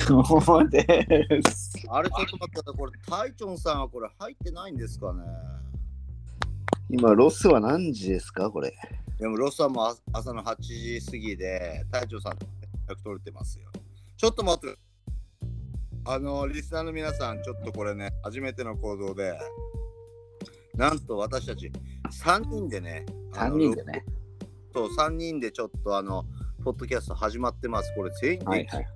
そうです。 あれちょっと待って、これタイチョンさんはこれ入ってないんですかね。 今ロスは何時ですかこれ。 でもロスはもう朝の8時過ぎで、タイチョンさんと連絡取れてますよ。ちょっと待って、リスナーの皆さん、ちょっとこれね、初めての行動で、なんと私たち3人でね、 3人でね。 そう、3人でちょっとポッドキャスト始まってます。これ全員で、 はいはい、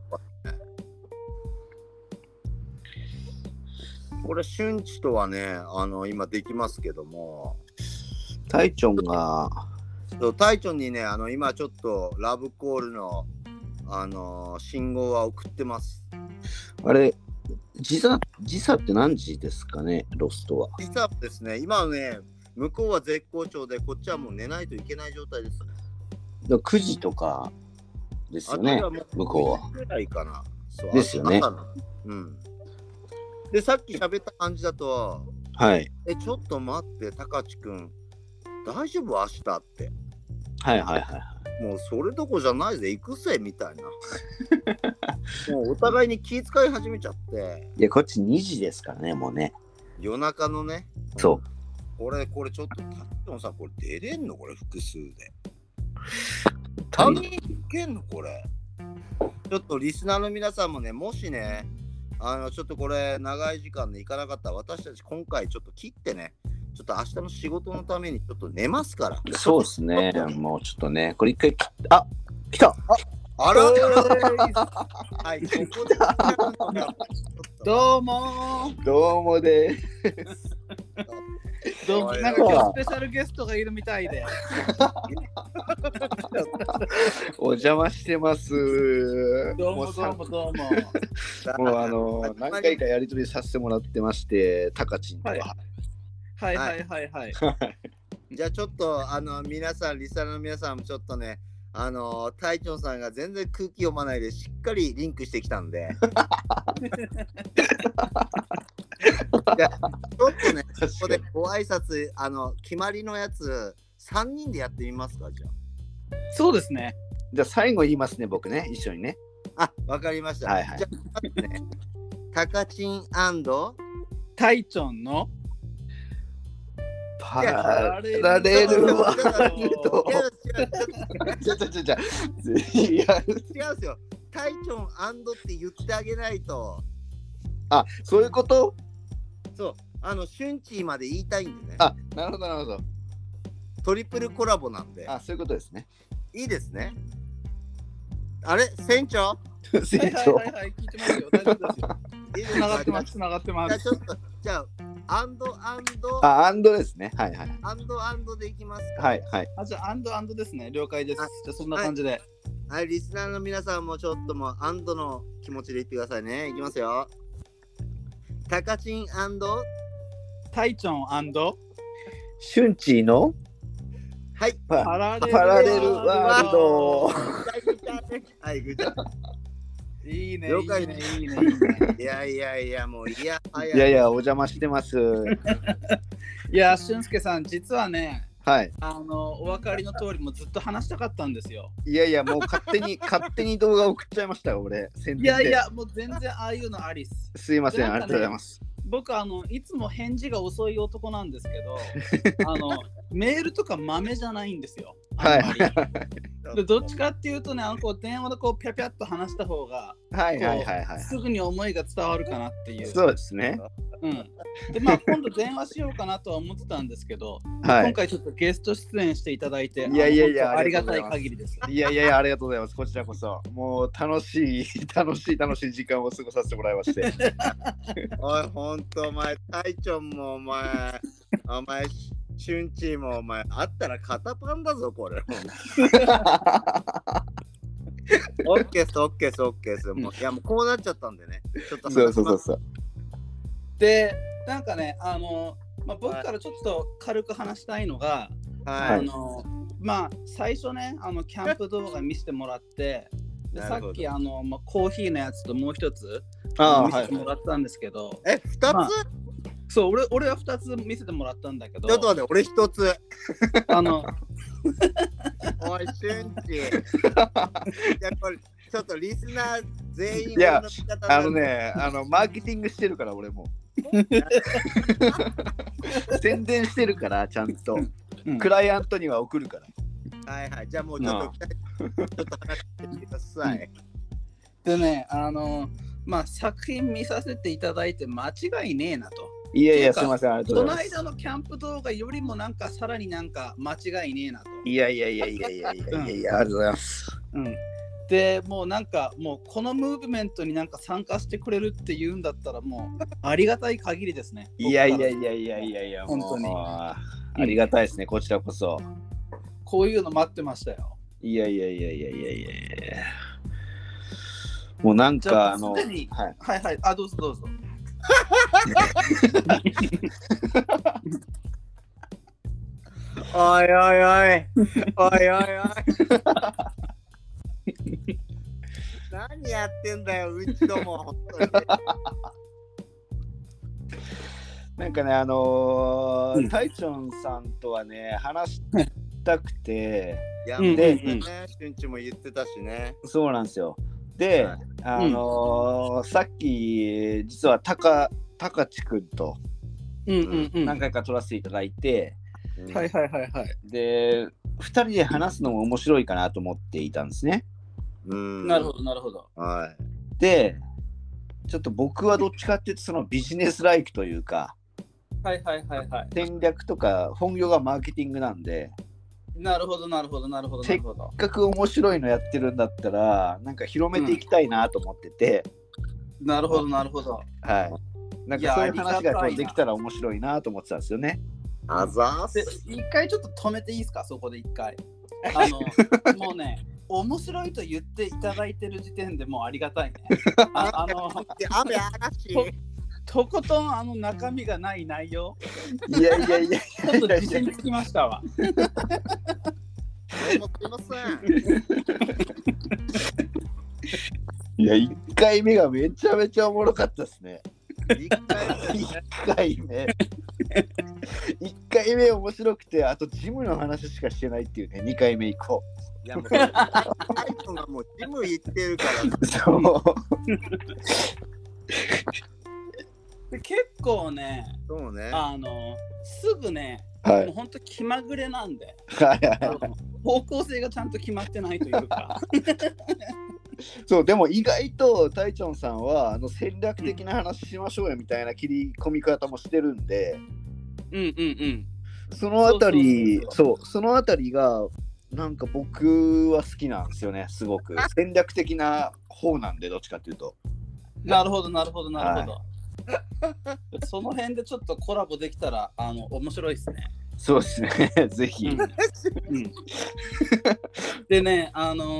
これ、瞬地とはね、今できますけども、 タイチョンが、 そうタイチョンにね、今ちょっとラブコールの、信号は送ってます。 あれ、時差って何時ですかね、ロストは。 時差ですね、今ね、向こうは絶好調で、こっちはもう寝ないといけない状態ですね。 9時とかですよね、向こうは。 9時ぐらいかな。そうですよね。 うん。で、さっき喋った感じだと、 はい。 ちょっと待って、高知くん、大丈夫明日って。 はいはいはい。 もうそれどころじゃないぜ、行くぜみたいな。もうお互いに気遣い始めちゃって。 いや、こっち2時ですからね、もうね。 夜中のね。 そう。 これちょっと、タッチョンさん、これ出れんのこれ、複数で。3人いけんのこれ。ちょっとリスナーの皆さんもね、もしね、ちょっとこれ、長い時間で行かなかったら、私たち今回ちょっと切ってね、ちょっと明日の仕事のためにちょっと寝ますから。 そうですね。もうちょっとね、これ一回来た。 あらはい、ここでどうもどうもでどうも、なんか今日スペシャルゲストがいるみたいで。 お邪魔してます。 どうもどうもどうも。 もう何回かやり取りさせてもらってまして、タカチンとは。 はいはいはいはい。 じゃあちょっと皆さんリスナーの皆さんもちょっとねタイチョンさんが全然空気読まないでしっかりリンクしてきたんでじゃあちょっとねここでご挨拶決まりのやつ3人でやってみますか。じゃあそうですね。 じゃあ最後言いますね、僕ね、一緒にね。 わかりました。 はいはい、 じゃあねタカチン& タイチョンのパラレルワールド。違うんですよ。タイチョン&って言ってあげないと。 あ、そういうこと？ そう、シュンチーまで言いたいんでね。 なるほどなるほど。 トリプルコラボなんで。 そういうことですね。 いいですね。あれ、船長？ 船長。 はい聞いてますよ。大丈夫ですよ。つながってます。つながってます。 じゃあアンドですね。はいはい。 アンドでいきますか。 はいはい。 じゃあアンドですね。了解です。じゃあそんな感じで。 はい、リスナーの皆さんもちょっともうアンドの気持ちで言ってくださいね。いきますよ。タカチン& タイチョン& シュンチーのはいパラレルワールド。 はい、グッド。 いいね。 了解いいね。 いやもういやお邪魔してます。 いや、俊介さん実はね、 はい。 お分かりの通りもずっと話したかったんですよ。 いやもう勝手に動画送っちゃいましたよ俺。 いやもう全然ああいうのありっす。 すいません、ありがとうございます。 僕いつも返事が遅い男なんですけどメールとか豆じゃないんですよ。でどっちかっていうとね、電話でこうピャピャっと話した方がすぐに思いが伝わるかなっていう。 そうですね。 で今度電話しようかなとは思ってたんですけど、今回ちょっとゲスト出演していただいてありがたい限りです。 いやありがとうございます。こちらこそもう楽しい時間を過ごさせてもらいまして。 おいほんとお前タイチョンもお前シュンチーもお前あったら肩パンだぞこれ。オッケーです。もういやもうこうなっちゃったんでね。ちょっとそう。 でなんかね僕からちょっと軽く話したいのが、最初ねキャンプ動画見せてもらってでさっきコーヒーのやつともう一つ見せてもらったんですけど、 2つ？ そう俺は2つ見せてもらったんだけど、 ちょっと待って俺1つおいシュンチーやっぱりちょっとリスナー全員いや俺の味方だマーケティングしてるから俺も宣伝してるからちゃんと、クライアントには送るから。 はいはい、じゃあもうちょっと、ちょっと話してみてください。 でね、まあ作品見させていただいて間違いねえなと。 いやいや、すみません、ありがとうこのございます。 間のキャンプ動画よりもなんかさらになんか間違いねえなと。 いやいやいやいやいやいやいやいや、ありがとうございます。 でもうなんかもうこのムーブメントになんか参加してくれるっていうんだったらもうありがたい限りですね。 いやいやいやいやいやいや、 本当にありがたいですね、こちらこそ。 こういうの待ってましたよ。 いやいやいやいやいやいやいや。もうなんかはいはいはい、あ、どうぞどうぞ。 おいおいおいおいおいおい何やってんだよ、うちとも本当に。 なんかね、タイチョンさんとはね、話したくて、 いや、 でね、しゅんちも言ってたしね。 そうなんですよ。で、さっき、実はたかちくんと何回か撮らせていただいて、 はいはいはいはい。 で、2人で話すのも面白いかなと思っていたんですね。 なるほどなるほど。 はい。 で、ちょっと僕はどっちかっていうとそのビジネスライクというか、 はいはいはいはい。 戦略とか本業がマーケティングなんで、 なるほどなるほどなるほどなるほど。 せっかく面白いのやってるんだったら、なんか広めていきたいなと思ってて、 なるほどなるほど。 はい。なんかそういう話がこうできたら面白いなと思ってたんですよね。 あざーす。 一回ちょっと止めていいですか、そこで一回。もうね、面白いと言っていただいてる時点でもうありがたいね。 雨嵐。 とことん中身がない内容。 いやいやいや、 ちょっと自信つきましたわ。 すいません。 いや、1回目がめちゃめちゃおもろかったですね。 1 回目面白くて、あとジムの話しかしてないっていうね、2回目以降。 いや、もう、タイトがもうジム行ってるから。 そう。 で結構ね、 そうね。 すぐね、 はい、 もう本当気まぐれなんで、 はいはい方向性がちゃんと決まってないというか。 そう、でも意外とタイチョンさんは戦略的な話しましょうよみたいな切り込み方もしてるんで、そのあたり、そのあたりがなんか僕は好きなんですよね、すごく。戦略的な方なんで、どっちかっていうと。 なるほどなるほどなるほど。はい、その辺でちょっとコラボできたら面白いですね。 そうですね、ぜひ。 でね、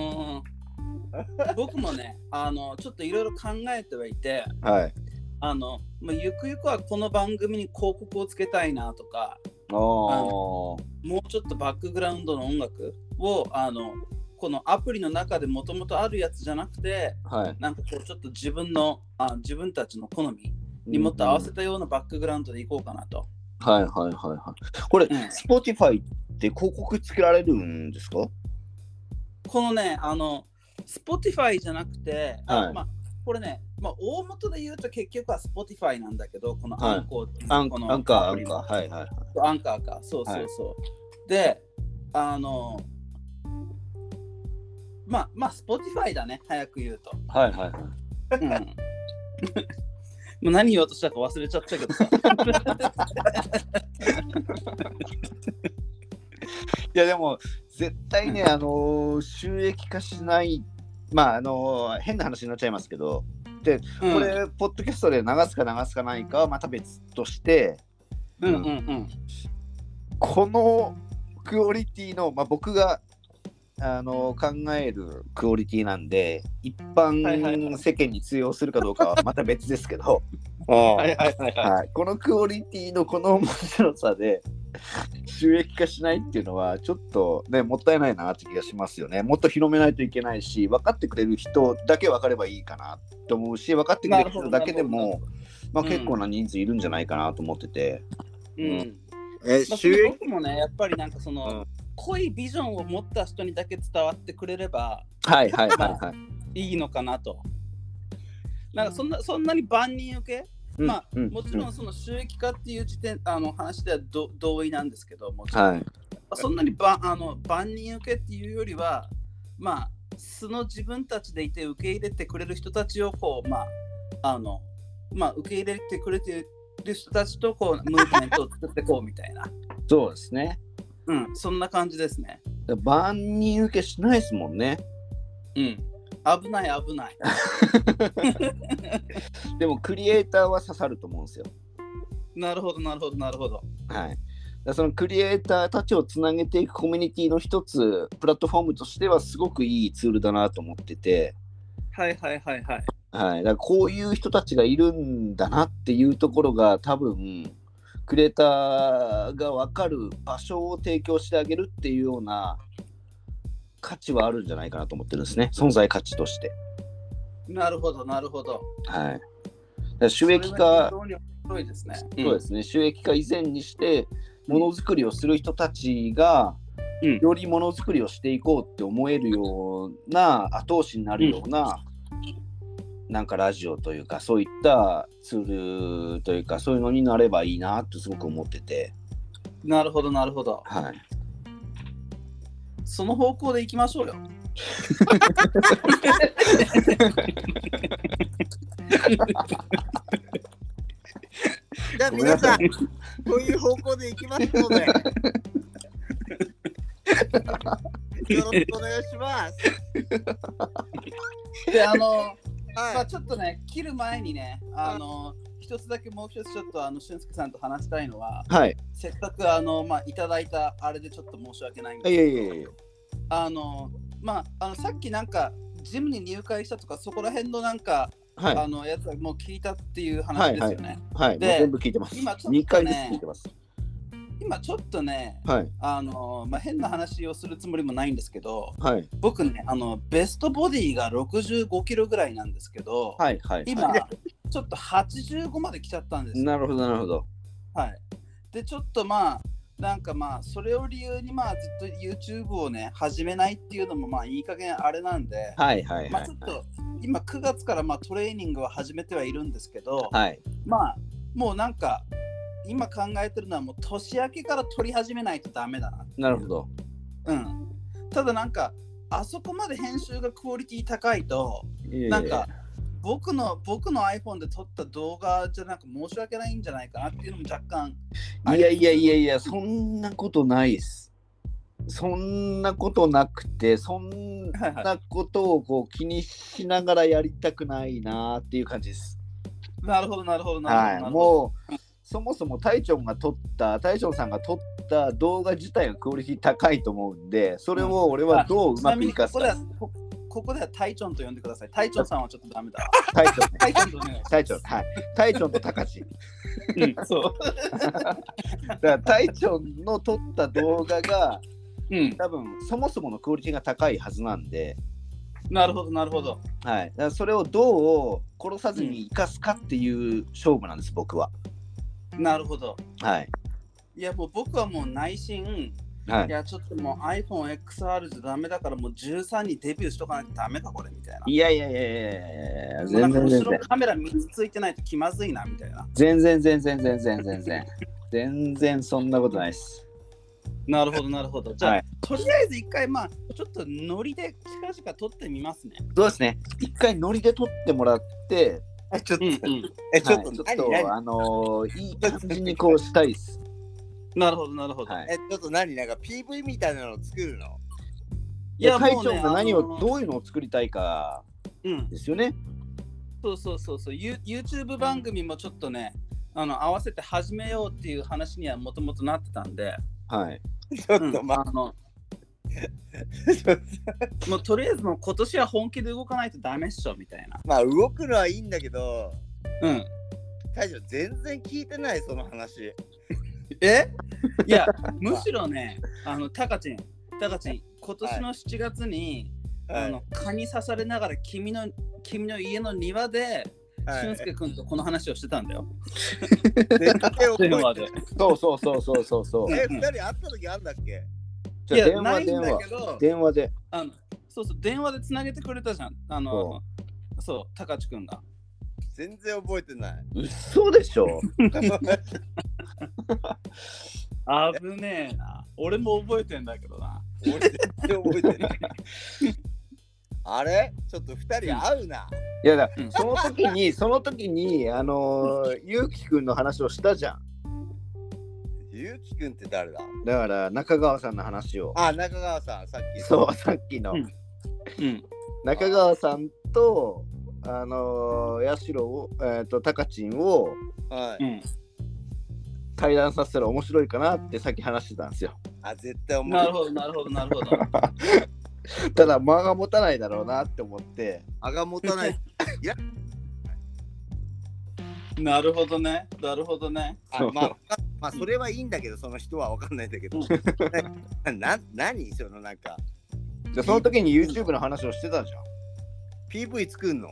僕もね、ちょっといろいろ考えてはいて、 はい、 ゆくゆくはこの番組に広告をつけたいなとか、もうちょっとバックグラウンドの音楽をこのアプリの中でもともとあるやつじゃなくて、 はい、 なんかこうちょっと自分たちの好みにもっと合わせたようなバックグラウンドでいこうかなと。 はいはいはいはい。これ、Spotify って広告つけられるんですか？ このね、Spotify じゃなくて、これね、大元で言うと結局は Spotify なんだけど、このアンコー、 アンカー、はいはい。 アンカーか、そうそうそう。で、Spotify だね、早く言うと。 はいはいはい。 もう何言おうとしたか忘れちゃったけどさ。 いやでも絶対ね、収益化しない、変な話になっちゃいますけど、で、これ、ポッドキャストで流すか流すかないかはまた別として、このクオリティの、僕が考えるクオリティなんで、一般世間に通用するかどうかはまた別ですけど、このクオリティのこの面白さで収益化しないっていうのはちょっとね、もったいないなって気がしますよね。もっと広めないといけないし、分かってくれる人だけ分かればいいかなと思うし、分かってくれる人だけでも結構な人数いるんじゃないかなと思ってて、 収益僕もね、やっぱりなんかその、濃いビジョンを持った人にだけ伝わってくれれば、 いいのかなと。なんかそんなに万人受け、まあ、もちろんその収益化っていう話では同意なんですけど、もちろん、そんなに万人受けっていうよりは、まあ、その自分たちでいて受け入れてくれる人たちをこう、受け入れてくれてる人たちとこうムーブメントを作っていこうみたいな。 そうですね。 そんな感じですね。 万人受けしないですもんね。 危ない。 でもクリエイターは刺さると思うんですよ。 なるほど。 はい。そのクリエイターたちをつなげていくコミュニティの一つ、プラットフォームとしてはすごくいいツールだなと思ってて。はい。だからこういう人たちがいるんだなっていうところが多分クリエイターが分かる場所を提供してあげるっていうような価値はあるんじゃないかなと思ってるんですね。存在価値として。 なるほど。 はい。だから収益化、 そうですね。 そうですね。収益化以前にしてものづくりをする人たちが、よりものづくりをしていこうって思えるような後押しになるような、なんかラジオというかそういったツールというかそういうのになればいいなってすごく思ってて。 なるほど。 はい。 その方向でいきましょうよ。 じゃあ皆さん、こういう方向でいきますので、よろしくお願いします。 で、ちょっとね、切る前にね、一つだけもう一つちょっと俊介さんと話したいのは、せっかくいただいたあれでちょっと申し訳ないんですけど、さっきなんかジムに入会したとかそこら辺のなんか、やつはもう聞いたっていう話ですよね。 で、全部聞いてます。 今ちょっと 2回ずつ聞いてます。 今ちょっとね、変な話をするつもりもないんですけど、僕ね、ベストボディが65キロぐらいなんですけど、今ちょっと85まで来ちゃったんですよ。 なるほど。 で、ちょっとそれを理由にずっと YouTube をね、始めないっていうのもいい加減あれなんで、ちょっと今9月からトレーニングは始めてはいるんですけど、もうなんか、今考えてるのはもう年明けから撮り始めないとダメだな。 なるほど。 ただなんかあそこまで編集がクオリティ高いとなんか僕の iPhone で撮った動画じゃなんか申し訳ないんじゃないかなっていうのも若干。 いやそんなことないです。そんなことなくてそんなことをこう気にしながらやりたくないなっていう感じです。 なるほど。 もうそもそもタイチョンさんが撮った動画自体がクオリティ高いと思うんで、それを俺はどううまく生かすか。 ここではタイチョンと呼んでください。タイチョンさんはちょっとダメだ。 タイチョン、 タイチョンとね。 タイチョン、タイチョンとタカチ。 そう。 だからタイチョンの撮った動画が、多分そもそものクオリティが高いはずなんで。 なるほど。 だからそれをどう殺さずに生かすかっていう勝負なんです、僕は。 なるほど。 いやもう僕はもう内心、いやちょっともう iPhone XR じゃダメだからもう13にデビューしとかないとダメかこれみたいな。いや全然後ろカメラ3つついてないと気まずいなみたいな。全然そんなことないです。 なるほど。じゃあ、とりあえず一回ちょっとノリで近々撮ってみますね。 そうですね。一回ノリで撮ってもらって。 ちょっと、いい感じにこうしたいです。 なるほど。 ちょっとなんか PV みたいなのを作るの？ いや、タイチョンがどういうのを作りたいかですよね。 そう。YouTube 番組もちょっとね、合わせて始めようっていう話にはもともとなってたんで。 ちょっともうとりあえずもう今年は本気で動かないとダメっしょみたいな。 動くのはいいんだけど、大将全然聞いてないその話。 いやむしろね、タカチン今年の7月に、蚊に刺されながら君の家の庭で俊介君とこの話をしてたんだよ。電話で。 そう。 2人会った時あんだっけ？ いやないんだけど、 電話で。 そうそう、電話でつなげてくれたじゃん。そう、高知くんが。 全然覚えてない。 嘘でしょ。 危ねえな。俺も覚えてんだけどな。 俺全然覚えてない。あれちょっと2人合うな。 いやだ、その時にゆうきくんの話をしたじゃん。 ゆうきくんって誰だ？ だから中川さんの話を。 あ、中川さん、さっき。 そう、さっきの。中川さんと八代を高知んを、 はい、 対談させたら面白いかなってさっき話してたんですよ。 あ、絶対面白い。 なるほど。 ただ間が持たないだろうなって思って。 間が持たない。いや。 なるほどね。 まあそれはいいんだけど、その人は分かんないんだけど。何そのなんか。 じゃあその時に YouTube の話をしてたじゃん。 PV 作んの？ い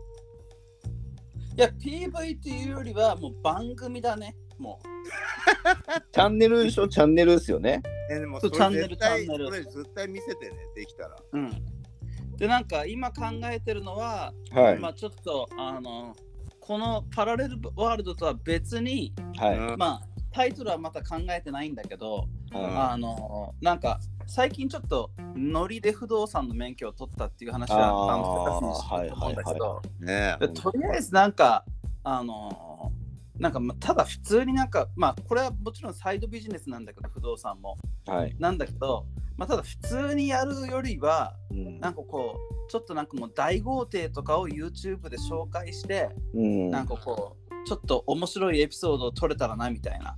や、PV っていうよりはもう番組だね。もう。 チャンネルでしょ？チャンネルですよね。 でもそれ絶対見せてね、できたら。 で、なんか今考えてるのは、まあちょっとこのパラレルワールドとは別に、まあタイトルはまた考えてないんだけど、なんか最近ちょっとノリで不動産の免許を取ったっていう話はしたと思うんだけど、とりあえずなんかなんかただ普通になんかまあこれはもちろんサイドビジネスなんだけど不動産も、なんだけど、まあただ普通にやるよりは、なんかこうちょっとなんかもう大豪邸とかを YouTube で紹介して、なんかこうちょっと面白いエピソードを撮れたらなみたいな。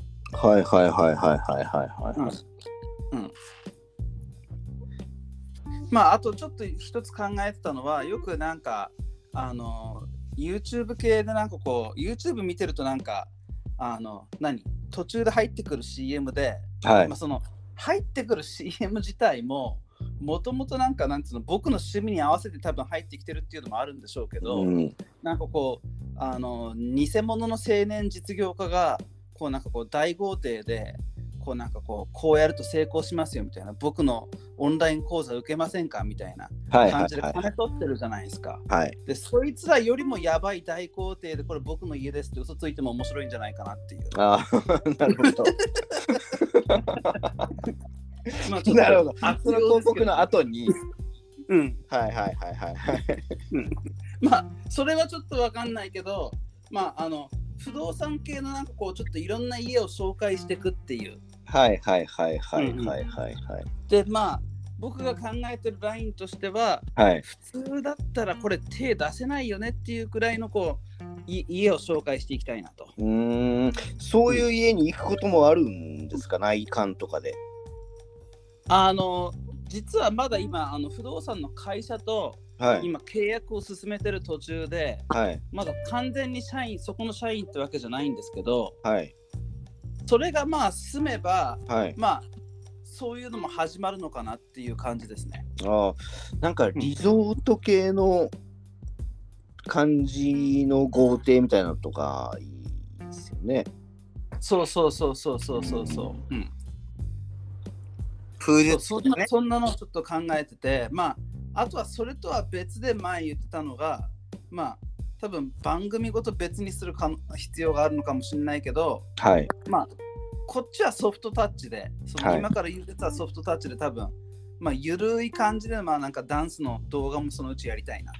まああとちょっと一つ考えてたのは、よくなんかYouTube 系でなんかこう YouTube 見てるとなんか途中で入ってくる CM で、まあ、その入ってくる CM 自体ももともとなんつうの僕の趣味に合わせて多分入ってきてるっていうのもあるんでしょうけど、なんかこう偽物の青年実業家がこうなんかこう大豪邸でこうなんかこうやると成功しますよみたいな、僕のオンライン講座受けませんかみたいな感じで金取ってるじゃないですか。でそいつらよりもやばい大豪邸でこれ僕の家ですって嘘ついても面白いんじゃないかなっていう。 なるほど。なるほど。その広告の後に。 まあそれはちょっとわかんないけど、まあ不動産系のなんかこうちょっといろんな家を紹介していくっていう。でまあ僕が考えてるラインとしては、普通だったらこれ手出せないよねっていうくらいのこう家を紹介していきたいなと。 そういう家に行くこともあるんですか？内観とかで。 実はまだ今不動産の会社と今契約を進めてる途中で、まだ完全にそこの社員ってわけじゃないんですけど、それがまあ済めば、まあそういうのも始まるのかなっていう感じですね。 なんかリゾート系の感じの豪邸みたいなのとかいいですよね。 そう。そんなのをちょっと考えてて、まああとはそれとは別で前言ってたのが、まあ多分番組ごと別にする必要があるのかもしれないけど、まあこっちはソフトタッチで、今から言ってたソフトタッチで多分まあゆるい感じでまあなんかダンスの動画もそのうちやりたいな。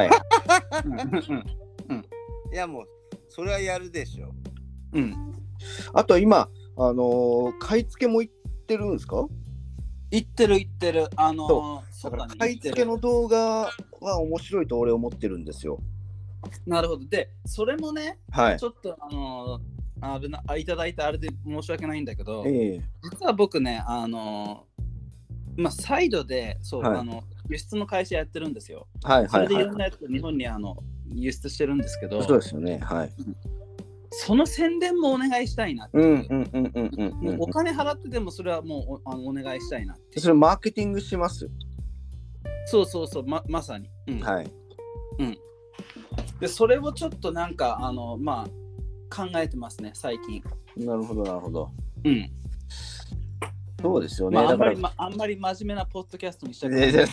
いやもうそれはやるでしょ。 あと今買い付けも行ってるんですか？ 行ってる。 だから買い付けの動画は面白いと俺思ってるんですよ。 なるほど。でそれもね、ちょっといただいたあれで申し訳ないんだけど、実は僕ねまあサイドで輸出の会社やってるんですよ。それでいろんなやつ日本に輸出してるんですけど、 そうですよね。 その宣伝もお願いしたいなっていう。お金払ってでもそれはもうお願いしたいなって。 それマーケティングします？ そうまさに。でそれをちょっとなんかまあ考えてますね最近。 なるほど。 そうですよね。 まあ、 だからあんまり真面目なポッドキャストにしたくいやいや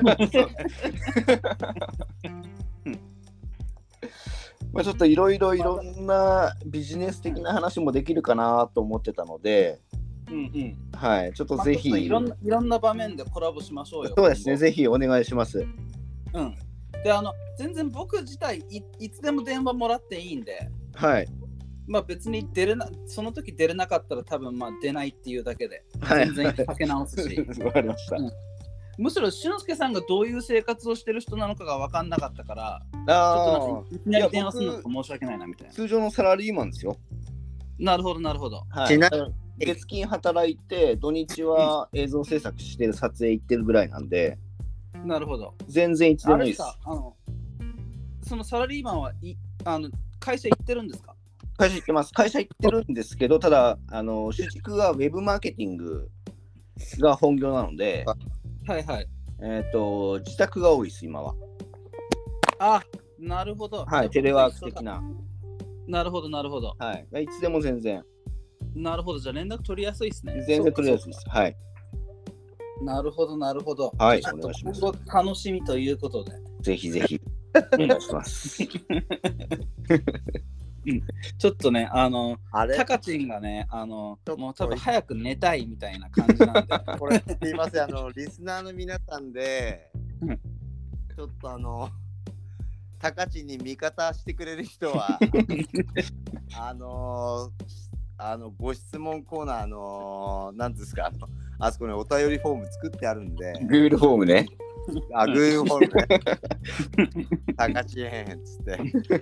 まあちょっといろんなビジネス的な話もできるかなと思ってたので、はい、ちょっとぜひ、 いろんな場面でコラボしましょうよ。 そうですね、ぜひお願いします。 で、全然僕自体いつでも電話もらっていいんで、 はい。 まあ別にその時出れなかったら多分まあ出ないっていうだけで、 はい全然かけ直すし。 わかりました。 むしろ俊介さんがどういう生活をしてる人なのかが分かんなかったから、ちょっといきなり電話するの申し訳ないなみたいな。 通常のサラリーマンですよ。 なるほど。 はい、月金働いて、土日は映像制作してる、撮影行ってるぐらいなんで、 なるほど。 全然いつでもいいです。 そのサラリーマンは会社行ってるんですか？ 会社行ってます。会社行ってるんですけど、ただ、主軸がウェブマーケティングが本業なので、 はいはい。 自宅が多いです、今は。 あ、なるほど。 はい、テレワーク的な。 なるほど。 はい、いつでも全然。 なるほど、じゃあ連絡取りやすいですね。 全然取りやすいです。はい。 なるほど。 はい、 お願いします。楽しみということで。 ぜひぜひ、お願いします。 ちょっとね、タカチンがね、もう多分早く寝たいみたいな感じなんで。 これ、すいません、リスナーの皆さんで、ちょっとタカチンに味方してくれる人は、ご質問コーナー、なんですか、あそこにお便りフォーム作ってあるんで。 Google フォームね。 Google フォームね。タカチンっつって。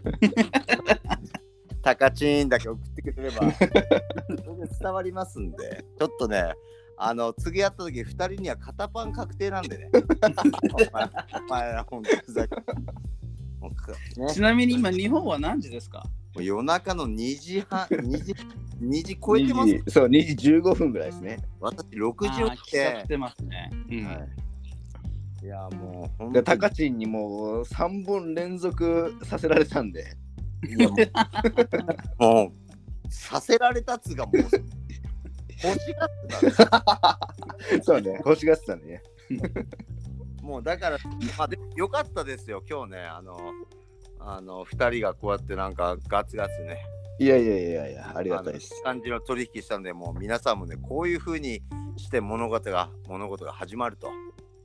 タカチンだけ送ってくれればそれで伝わりますんで、ちょっとね、次会った時2人には肩パン確定なんでね。お前ら本当ふざけ、 ちなみに今日本は何時ですか？ 夜中の2時半、2時超えてます。 そう、2時15分ぐらいですね。 私6時起きて。 来てますね。 いやもう本当にタカチンにもう3本連続させられたんで。 いやもうさせられたつがもう欲しがってた。 そうね、欲しがってたね。 もうだから、まあ、でもよかったですよ今日ね、2人がこうやってなんかガツガツね。 いや、ありがたいです。 感じの取引したんで、もう皆さんもね、こういう風にして物事が始まると。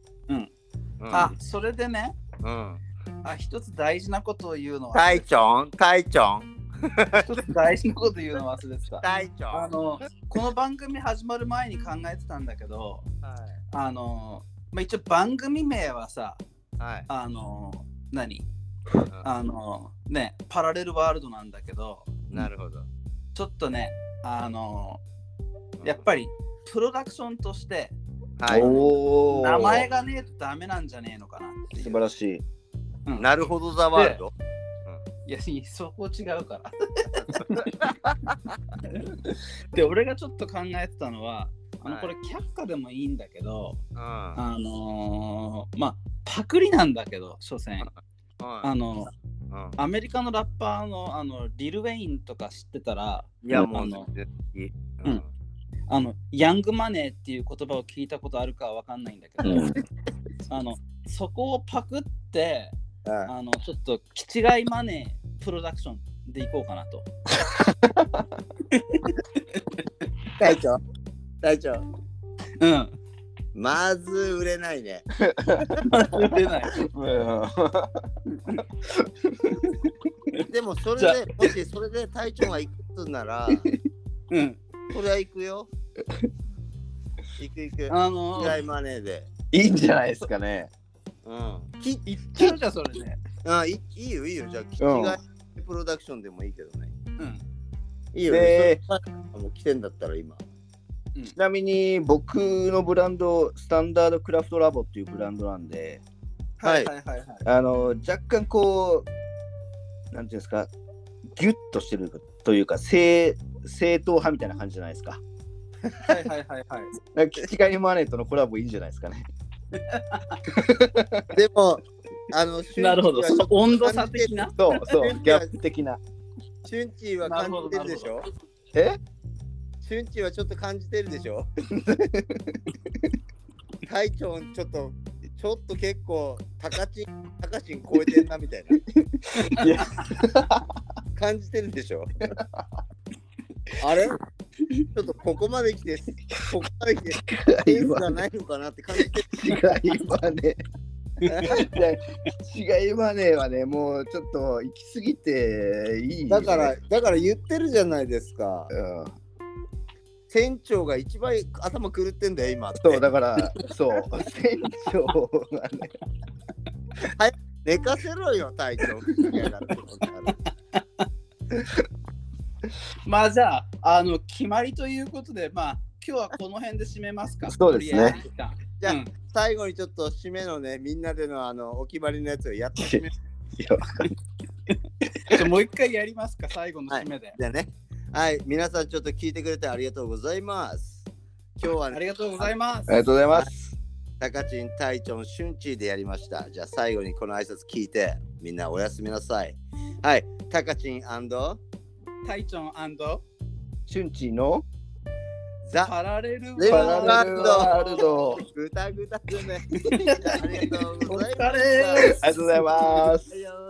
それでね。一つ大事なことを言うのは。 隊長一つ大事なこと言うの忘れてた。 隊長この番組始まる前に考えてたんだけど、一応番組名はさ、何ね、パラレルワールドなんだけど、 なるほど。 ちょっとね、やっぱりプロダクションとして、名前がねえとダメなんじゃねえのかなっていう。 素晴らしい。 なるほど、ザワールド。 いや、そこ違うから。で、俺がちょっと考えてたのは、これ却下でもいいんだけど、まあパクリなんだけど、所詮。アメリカのラッパーのリル・ウェインとか知ってたら、 いやもうヤングマネーっていう言葉を聞いたことあるかは分かんないんだけど、そこをパクって、ちょっと気違いマネープロダクションでいこうかなと。 隊長。まず売れないね。 売れない。 でもそれで、もしそれで隊長が行くなら、それは行くよ。行く。気違いマネーで。 いいんじゃないですかね。 行っちゃうじゃん、それね。 いいよ。じゃあ、気違いプロダクションでもいいけどね。いいよね。もう来てんだったら今。 ちなみに僕のブランド、スタンダードクラフトラボっていうブランドなんで、若干こう、なんていうんですか、ギュッとしてるというか、正統派みたいな感じじゃないですか。気違いマネーとのコラボいいんじゃないですかね。 でも、 なるほど、その温度差的な。 そう、ギャップ的な。 シュンチーは感じてるでしょ？ 春地はちょっと感じてるでしょ隊長ちょっと結構高知ん超えてんなみたいな感じてるでしょあれちょっとここまで来てセンスがないのかなって感じてる。違いはね違いはねもうちょっと行き過ぎていい、ね、 だから言ってるじゃないですか、船長が一番頭狂ってんだよ今って。 そうだからそう船長がねはい寝かせろよ隊長まあじゃあ決まりということでまあ今日はこの辺で締めますか。 そうですね。 じゃあ、最後にちょっと締めのねみんなでのお決まりのやつをやって締めもう一回やりますか最後の締めで。 じゃあねはい皆さんちょっと聞いてくれてありがとうございます。今日は、ね、 ありがとうございます。 ありがとうございます。 タカチンタイチョンシュンチーでやりました。じゃあ最後にこの挨拶聞いてみんなおやすみなさい。はいタカチン& タイチョン& シュンチのザ・パラレルワールドぐたぐたでねありがとうございます。 ありがとうございます。